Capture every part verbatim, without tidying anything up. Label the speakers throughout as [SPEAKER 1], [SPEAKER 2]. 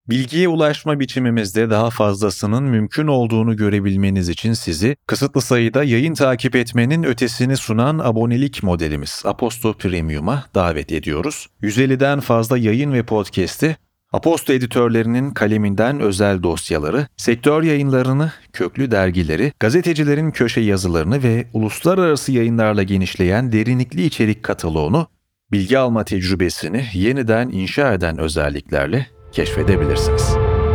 [SPEAKER 1] Bilgiye ulaşma biçimimizde daha fazlasının mümkün olduğunu görebilmeniz için sizi kısıtlı sayıda yayın takip etmenin ötesini sunan abonelik modelimiz Aposto Premium'a davet ediyoruz. yüz elliden fazla yayın ve podcast'i, Aposto editörlerinin kaleminden özel dosyaları, sektör yayınlarını, köklü dergileri, gazetecilerin köşe yazılarını ve uluslararası yayınlarla genişleyen derinlikli içerik kataloğunu, bilgi alma tecrübesini yeniden inşa eden özelliklerle keşfedebilirsiniz.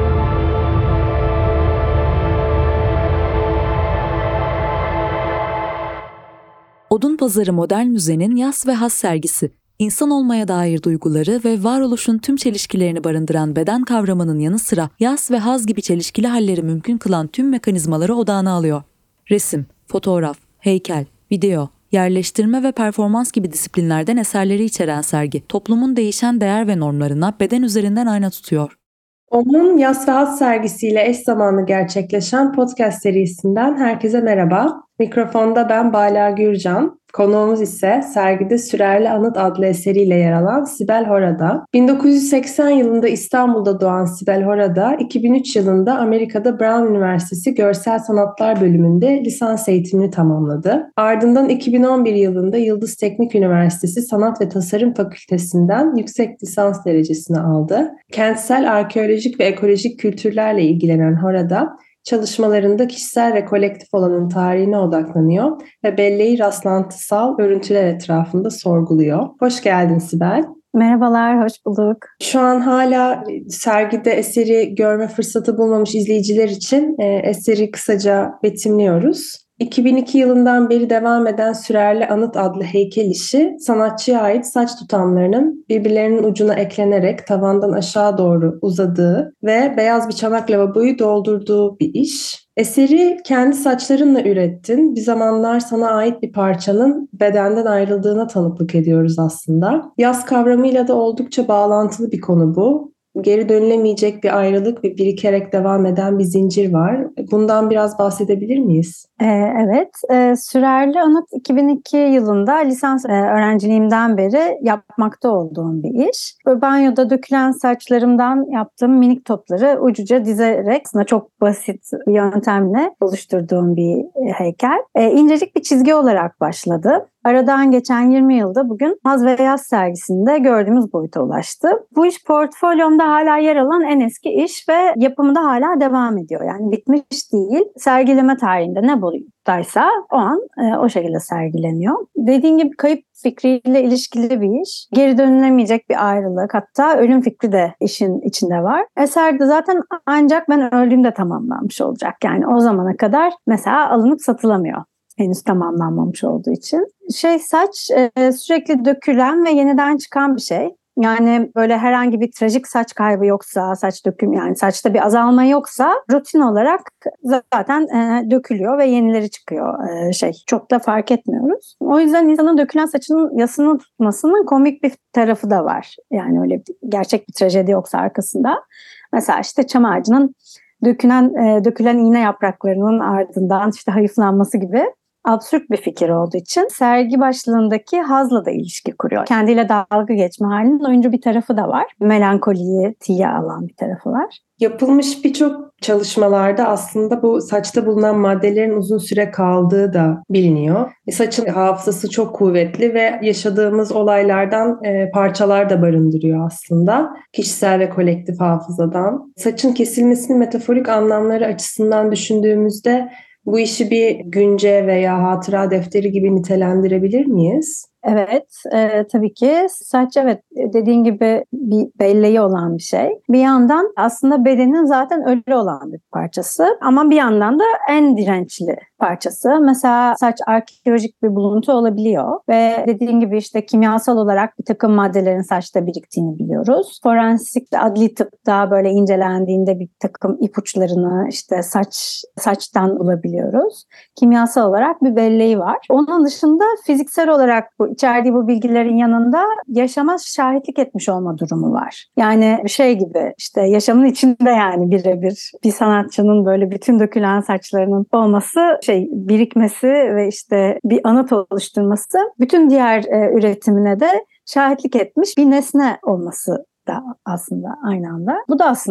[SPEAKER 2] Odunpazarı Modern Müze'nin Yas ve Haz sergisi, İnsan olmaya dair duyguları ve varoluşun tüm çelişkilerini barındıran beden kavramının yanı sıra yas ve haz gibi çelişkili halleri mümkün kılan tüm mekanizmaları odağına alıyor. Resim, fotoğraf, heykel, video, yerleştirme ve performans gibi disiplinlerden eserleri içeren sergi, toplumun değişen değer ve normlarına beden üzerinden ayna tutuyor.
[SPEAKER 3] Onun Yas ve Haz sergisiyle eş zamanlı gerçekleşen podcast serisinden herkese merhaba. Mikrofonda ben Bala Gürcan. Konuğumuz ise sergide Sürerli Anıt adlı eseriyle yer alan Sibel Horada. bin dokuz yüz seksen yılında İstanbul'da doğan Sibel Horada, iki bin üç yılında Amerika'da Brown Üniversitesi Görsel Sanatlar bölümünde lisans eğitimini tamamladı. Ardından iki bin on bir yılında Yıldız Teknik Üniversitesi Sanat ve Tasarım Fakültesinden yüksek lisans derecesini aldı. Kentsel, arkeolojik ve ekolojik kültürlerle ilgilenen Horada, çalışmalarında kişisel ve kolektif olanın tarihine odaklanıyor ve belleği rastlantısal örüntüler etrafında sorguluyor. Hoş geldin Sibel.
[SPEAKER 4] Merhabalar, hoş bulduk.
[SPEAKER 3] Şu an hala sergide eseri görme fırsatı bulmamış izleyiciler için eseri kısaca betimliyoruz. iki bin iki yılından beri devam eden Sürerli Anıt adlı heykel işi, sanatçıya ait saç tutamlarının birbirlerinin ucuna eklenerek tavandan aşağı doğru uzadığı ve beyaz bir çanak lavaboyu doldurduğu bir iş. Eseri kendi saçlarınla ürettin. Bir zamanlar sana ait bir parçanın bedenden ayrıldığına tanıklık ediyoruz aslında. Yas kavramıyla da oldukça bağlantılı bir konu bu. Geri dönülemeyecek bir ayrılık ve birikerek devam eden bir zincir var. Bundan biraz bahsedebilir miyiz?
[SPEAKER 4] Ee, evet, ee, Sürerli Anıt iki bin iki yılında lisans e, öğrenciliğimden beri yapmakta olduğum bir iş. Böyle banyoda dökülen saçlarımdan yaptığım minik topları ucuca dizerek aslında çok basit bir yöntemle oluşturduğum bir e, heykel. E, incecik bir çizgi olarak başladı. Aradan geçen yirmi yılda bugün Haz ve Yas sergisinde gördüğümüz boyuta ulaştı. Bu iş portfolyomda hala yer alan en eski iş ve yapımı da hala devam ediyor. Yani bitmiş değil. Sergileme tarihinde ne boyuttaysa o an e, o şekilde sergileniyor. Dediğim gibi kayıp fikriyle ilişkili bir iş. Geri dönülemeyecek bir ayrılık, hatta ölüm fikri de işin içinde var. Eser de zaten ancak ben öldüğümde tamamlanmış olacak. Yani o zamana kadar mesela alınıp satılamıyor. Henüz tamamlanmamış olduğu için. Şey saç e, sürekli dökülen ve yeniden çıkan bir şey. Yani böyle herhangi bir trajik saç kaybı yoksa, saç döküm yani saçta bir azalma yoksa rutin olarak zaten e, dökülüyor ve yenileri çıkıyor. E, şey çok da fark etmiyoruz. O yüzden insanın dökülen saçının yasını tutmasının komik bir tarafı da var. Yani öyle bir, gerçek bir trajedi yoksa arkasında. Mesela işte çam ağacının dökülen e, dökülen iğne yapraklarının ardından işte hayıflanması gibi absürt bir fikir olduğu için sergi başlığındaki hazla da ilişki kuruyor. Kendiyle dalga geçme halinin oyuncu bir tarafı da var. Melankoliyi tiye alan bir tarafı var.
[SPEAKER 3] Yapılmış birçok çalışmalarda aslında bu saçta bulunan maddelerin uzun süre kaldığı da biliniyor. E, saçın hafızası çok kuvvetli ve yaşadığımız olaylardan e, parçalar da barındırıyor aslında. Kişisel ve kolektif hafızadan. Saçın kesilmesinin metaforik anlamları açısından düşündüğümüzde bu işi bir günce veya hatıra defteri gibi nitelendirebilir miyiz?
[SPEAKER 4] Evet, e, tabii ki saç evet dediğin gibi bir belleği olan bir şey. Bir yandan aslında bedenin zaten ölü olan bir parçası ama bir yandan da en dirençli parçası. Mesela saç arkeolojik bir buluntu olabiliyor ve dediğin gibi işte kimyasal olarak bir takım maddelerin saçta biriktiğini biliyoruz. Forensik ve adli tıp daha böyle incelendiğinde bir takım ipuçlarını işte saç saçtan bulabiliyoruz. Kimyasal olarak bir belleği var. Onun dışında fiziksel olarak bu içerdiği bu bilgilerin yanında yaşama şahitlik etmiş olma durumu var. Yani şey gibi işte yaşamın içinde yani birebir bir sanatçının böyle bütün dökülen saçlarının olması, şey birikmesi ve işte bir anıt oluşturması bütün diğer e, üretimine de şahitlik etmiş bir nesne olması da aslında aynı anda. Bu da aslında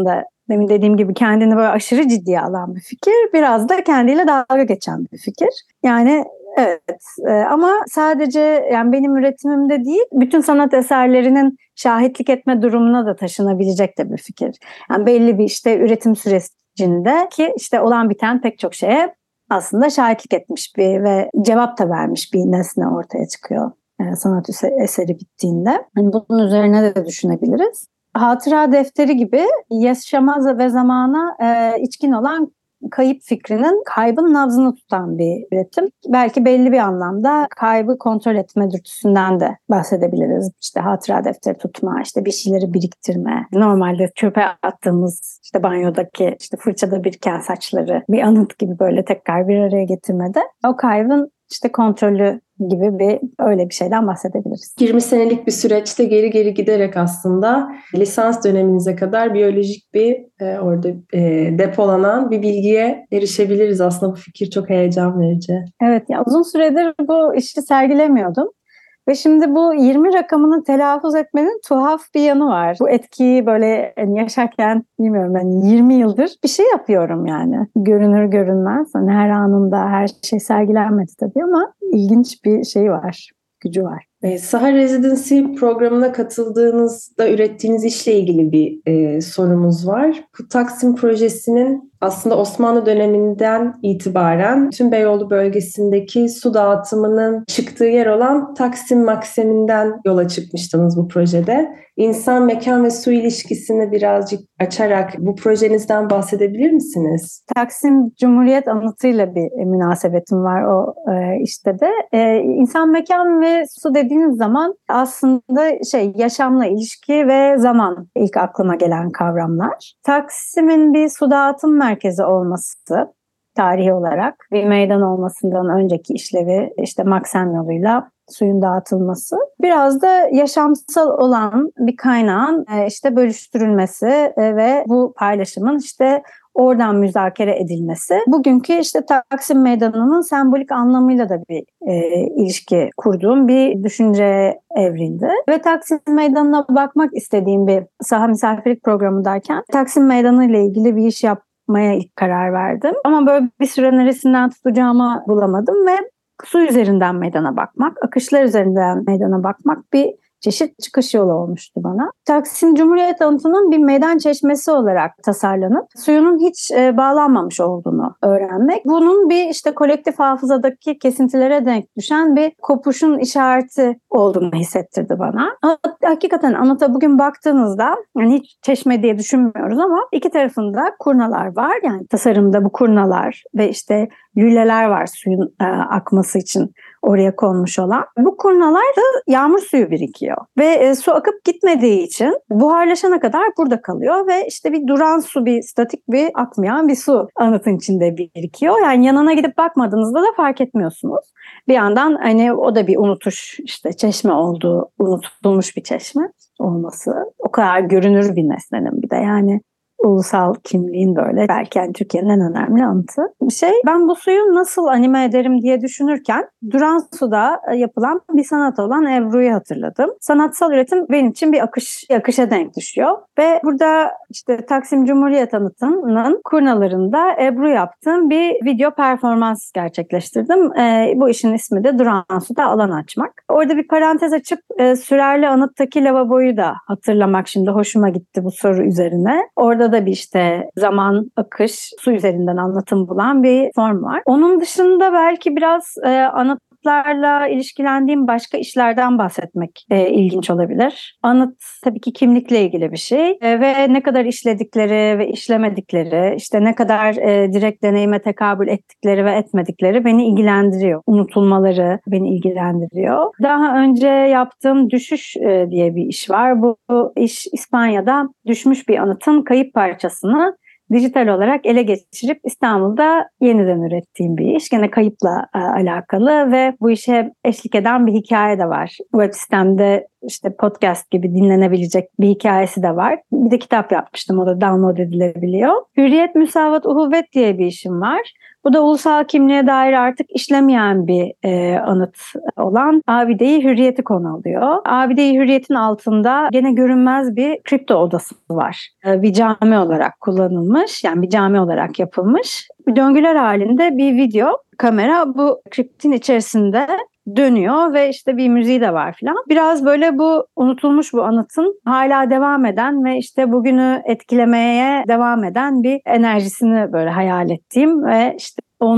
[SPEAKER 4] demin dediğim gibi kendini böyle aşırı ciddiye alan bir fikir. Biraz da kendiyle dalga geçen bir fikir. Yani evet e, ama sadece yani benim üretimimde değil, bütün sanat eserlerinin şahitlik etme durumuna da taşınabilecek de bir fikir. Yani belli bir işte üretim sürecinde ki işte olan biten pek çok şeye aslında şahitlik etmiş bir ve cevap da vermiş bir nesne ortaya çıkıyor e, sanat eseri bittiğinde. Hani bunun üzerine de düşünebiliriz. Hatıra defteri gibi yaşama ve zamana e, içkin olan kayıp fikrinin kaybın nabzını tutan bir üretim. Belki belli bir anlamda kaybı kontrol etme dürtüsünden de bahsedebiliriz. İşte hatıra defteri tutma, işte bir şeyleri biriktirme. Normalde çöpe attığımız işte banyodaki işte fırçada biriken saçları bir anıt gibi böyle tekrar bir araya getirmede o kaybın işte kontrolü gibi bir öyle bir şeyden bahsedebiliriz.
[SPEAKER 3] yirmi senelik bir süreçte geri geri giderek aslında lisans döneminize kadar biyolojik bir e, orada e, depolanan bir bilgiye erişebiliriz. Aslında bu fikir çok heyecan verici.
[SPEAKER 4] Evet, ya uzun süredir bu işi sergilemiyordum. Ve şimdi bu yirmi rakamını telaffuz etmenin tuhaf bir yanı var. Bu etkiyi böyle yani yaşarken bilmiyorum ben yirmi yıldır bir şey yapıyorum yani. Görünür görünmez. Hani her anında her şey sergilenmedi tabii ama ilginç bir şey var, gücü var.
[SPEAKER 3] E, Saha Residency programına katıldığınızda ürettiğiniz işle ilgili bir e, sorumuz var. Bu Taksim projesinin aslında Osmanlı döneminden itibaren tüm Beyoğlu bölgesindeki su dağıtımının çıktığı yer olan Taksim Maksemi'nden yola çıkmıştınız bu projede. İnsan, mekan ve su ilişkisini birazcık açarak bu projenizden bahsedebilir misiniz?
[SPEAKER 4] Taksim Cumhuriyet anıtıyla bir münasebetim var o e, işte de. E, insan, mekan ve su dediğiniz zaman aslında şey yaşamla ilişki ve zaman ilk aklıma gelen kavramlar. Taksim'in bir su dağıtım merkezi olması tarihi olarak bir meydan olmasından önceki işlevi işte Maksem yoluyla suyun dağıtılması. Biraz da yaşamsal olan bir kaynağın işte bölüştürülmesi ve bu paylaşımın işte oradan müzakere edilmesi. Bugünkü işte Taksim Meydanı'nın sembolik anlamıyla da bir e, ilişki kurduğum bir düşünceye evrildi. Ve Taksim Meydanı'na bakmak istediğim bir saha misafirlik programındayken Taksim Meydanı ile ilgili bir iş yapmaya ilk karar verdim. Ama böyle bir süre neresinden tutacağımı bulamadım ve su üzerinden meydana bakmak, akışlar üzerinden meydana bakmak bir çeşit çıkış yolu olmuştu bana. Taksim Cumhuriyet Anıtı'nın bir meydan çeşmesi olarak tasarlanıp suyunun hiç e, bağlanmamış olduğunu öğrenmek. Bunun bir işte kolektif hafızadaki kesintilere denk düşen bir kopuşun işareti olduğunu hissettirdi bana. Hakikaten anıta bugün baktığınızda yani hiç çeşme diye düşünmüyoruz ama iki tarafında kurnalar var. Yani tasarımda bu kurnalar ve işte lüleler var suyun e, akması için oraya konmuş olan. Bu kurnalar da yağmur suyu birikiyor. Ve e, su akıp gitmediği için buharlaşana kadar burada kalıyor ve işte bir duran su, bir statik bir akmayan bir su anıtın içinde birikiyor. Yani yanına gidip bakmadığınızda da fark etmiyorsunuz. Bir yandan hani o da bir unutuş, işte çeşme olduğu, unutulmuş bir çeşme olması. O kadar görünür bir nesnenin bir de yani ulusal kimliğin böyle belki yani Türkiye'nin en önemli anıtı bir şey. Ben bu suyu nasıl anime ederim diye düşünürken duran suda yapılan bir sanat olan Ebru'yu hatırladım. Sanatsal üretim benim için bir akış, bir akışa denk düşüyor. Ve burada işte Taksim Cumhuriyet Anıtı'nın kurnalarında Ebru yaptığım bir video performans gerçekleştirdim. E, bu işin ismi de Duran Suda Alan Açmak. Orada bir parantez açıp e, Sürerli Anıt'taki lavaboyu da hatırlamak şimdi hoşuma gitti bu soru üzerine. Orada da bir işte zaman, akış, su üzerinden anlatım bulan bir form var. Onun dışında belki biraz e, anıtlarla ilişkilendiğim başka işlerden bahsetmek e, ilginç olabilir. Anıt tabii ki kimlikle ilgili bir şey e, ve ne kadar işledikleri ve işlemedikleri, işte ne kadar e, direkt deneyime tekabül ettikleri ve etmedikleri beni ilgilendiriyor. Unutulmaları beni ilgilendiriyor. Daha önce yaptığım Düşüş e, diye bir iş var. Bu, bu iş İspanya'da düşmüş bir anıtın kayıp parçasını dijital olarak ele geçirip İstanbul'da yeniden ürettiğim bir iş. Gene kayıpla e, alakalı ve bu işe eşlik eden bir hikaye de var. Web sitemde işte podcast gibi dinlenebilecek bir hikayesi de var. Bir de kitap yapmıştım, o da download edilebiliyor. Hürriyet, Müsavat, Uhuvvet diye bir işim var. Bu da ulusal kimliğe dair artık işlemeyen bir e, anıt olan Abide-i Hürriyet'i konu alıyor. Abide-i Hürriyet'in altında gene görünmez bir kripto odası var. E, bir cami olarak kullanılmış, yani bir cami olarak yapılmış. Bir döngüler halinde bir video kamera bu kriptin içerisinde dönüyor ve işte bir müziği de var filan. Biraz böyle bu unutulmuş bu anıtın hala devam eden ve işte bugünü etkilemeye devam eden bir enerjisini böyle hayal ettiğim ve işte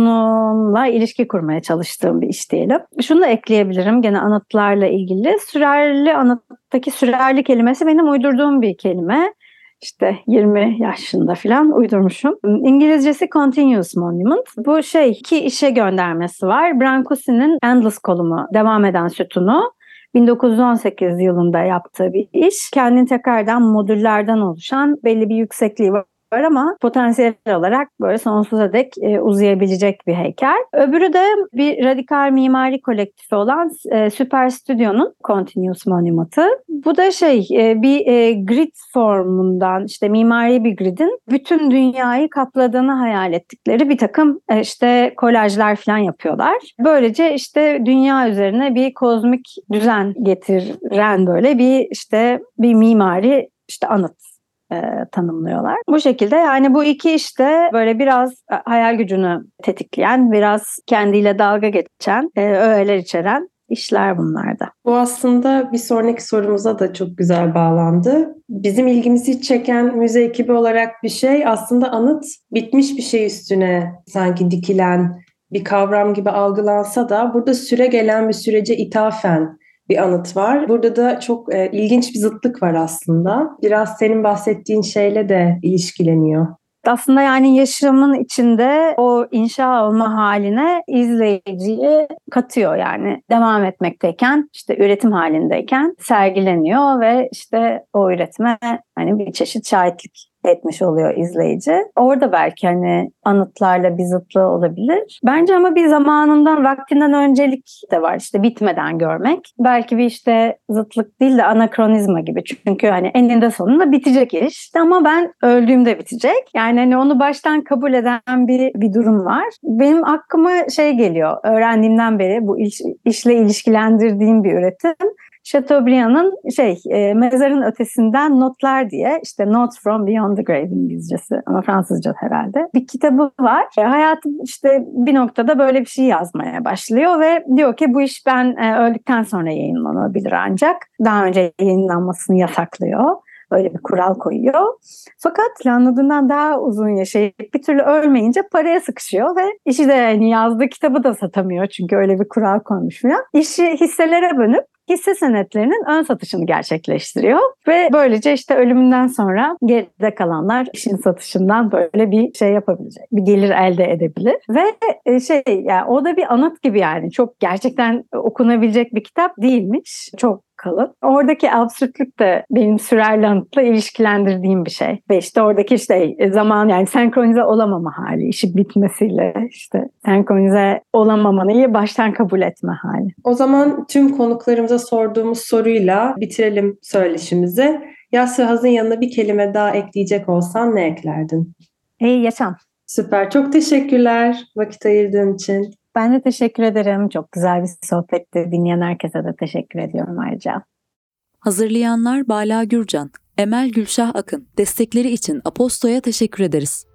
[SPEAKER 4] onunla ilişki kurmaya çalıştığım bir iş diyelim. Şunu da ekleyebilirim gene anıtlarla ilgili. Sürerli anıttaki sürerli kelimesi benim uydurduğum bir kelime. İşte yirmi yaşında falan uydurmuşum. İngilizcesi Continuous Monument. Bu şey iki işe göndermesi var. Brancusi'nin Endless kolumu, devam eden sütunu. bin dokuz yüz on sekiz yılında yaptığı bir iş. Kendini tekrardan modüllerden oluşan belli bir yüksekliği var ama potansiyel olarak böyle sonsuza dek e, uzayabilecek bir heykel. Öbürü de bir radikal mimari kolektifi olan e, Super Studio'nun Continuous Monument'ı. Bu da şey e, bir e, grid formundan, işte mimari bir gridin bütün dünyayı kapladığını hayal ettikleri bir takım e, işte kolajlar falan yapıyorlar. Böylece işte dünya üzerine bir kozmik düzen getiren böyle bir işte bir mimari işte anıt E, tanımlıyorlar. Bu şekilde yani bu iki işte böyle biraz hayal gücünü tetikleyen, biraz kendiyle dalga geçen, e, öğeler içeren işler bunlar da.
[SPEAKER 3] Bu aslında bir sonraki sorumuza da çok güzel bağlandı. Bizim ilgimizi çeken müze ekibi olarak bir şey aslında anıt bitmiş bir şey üstüne sanki dikilen bir kavram gibi algılansa da burada süre gelen bir sürece ithafen bir anıt var. Burada da çok e, ilginç bir zıtlık var aslında. Biraz senin bahsettiğin şeyle de ilişkileniyor.
[SPEAKER 4] Aslında yani yaşamın içinde o inşa olma haline izleyiciyi katıyor, yani devam etmekteyken, işte üretim halindeyken sergileniyor ve işte o üretime hani bir çeşit şahitlik etmiş oluyor izleyici. Orada belki hani anıtlarla bir zıtlığı olabilir. Bence ama bir zamanından, vaktinden öncelik de var. İşte bitmeden görmek. Belki bir işte zıtlık değil de anakronizma gibi. Çünkü hani eninde sonunda bitecek iş. Ama ben öldüğümde bitecek. Yani hani onu baştan kabul eden bir, bir durum var. Benim aklıma şey geliyor. Öğrendiğimden beri bu iş, işle ilişkilendirdiğim bir üretim. Chateaubriand'ın şey e, Mezarın Ötesinden Notlar diye, işte Notes from Beyond the Grave İngilizcesi ama Fransızca herhalde, bir kitabı var. E, hayatım işte bir noktada böyle bir şey yazmaya başlıyor ve diyor ki bu iş ben e, öldükten sonra yayınlanabilir, ancak daha önce yayınlanmasını yasaklıyor. Öyle bir kural koyuyor. Fakat planladığından daha uzun yaşayıp bir türlü ölmeyince paraya sıkışıyor ve işi de yani yazdığı kitabı da satamıyor çünkü öyle bir kural koymuş falan. İşi hisselere bölüp hisse senetlerinin ön satışını gerçekleştiriyor ve böylece işte ölümünden sonra geride kalanlar işin satışından böyle bir şey yapabilecek, bir gelir elde edebilir ve şey yani o da bir anıt gibi, yani çok gerçekten okunabilecek bir kitap değilmiş, çok kalın. Oradaki absürtlük de benim sürerli anıtla ilişkilendirdiğim bir şey. Ve işte oradaki işte zaman, yani senkronize olamama hali, işi bitmesiyle işte senkronize olamamanı baştan kabul etme hali.
[SPEAKER 3] O zaman tüm konuklarımıza sorduğumuz soruyla bitirelim söyleşimizi. Yas ve hazın yanına bir kelime daha ekleyecek olsan ne eklerdin?
[SPEAKER 4] İyi yaşam.
[SPEAKER 3] Süper. Çok teşekkürler vakit ayırdığın için.
[SPEAKER 4] Ben de teşekkür ederim. Çok güzel bir sohbetti. Dinleyen herkese de teşekkür ediyorum ayrıca.
[SPEAKER 2] Hazırlayanlar Bala Gürcan, Emel Gülşah Akın. Destekleri için Aposto'ya teşekkür ederiz.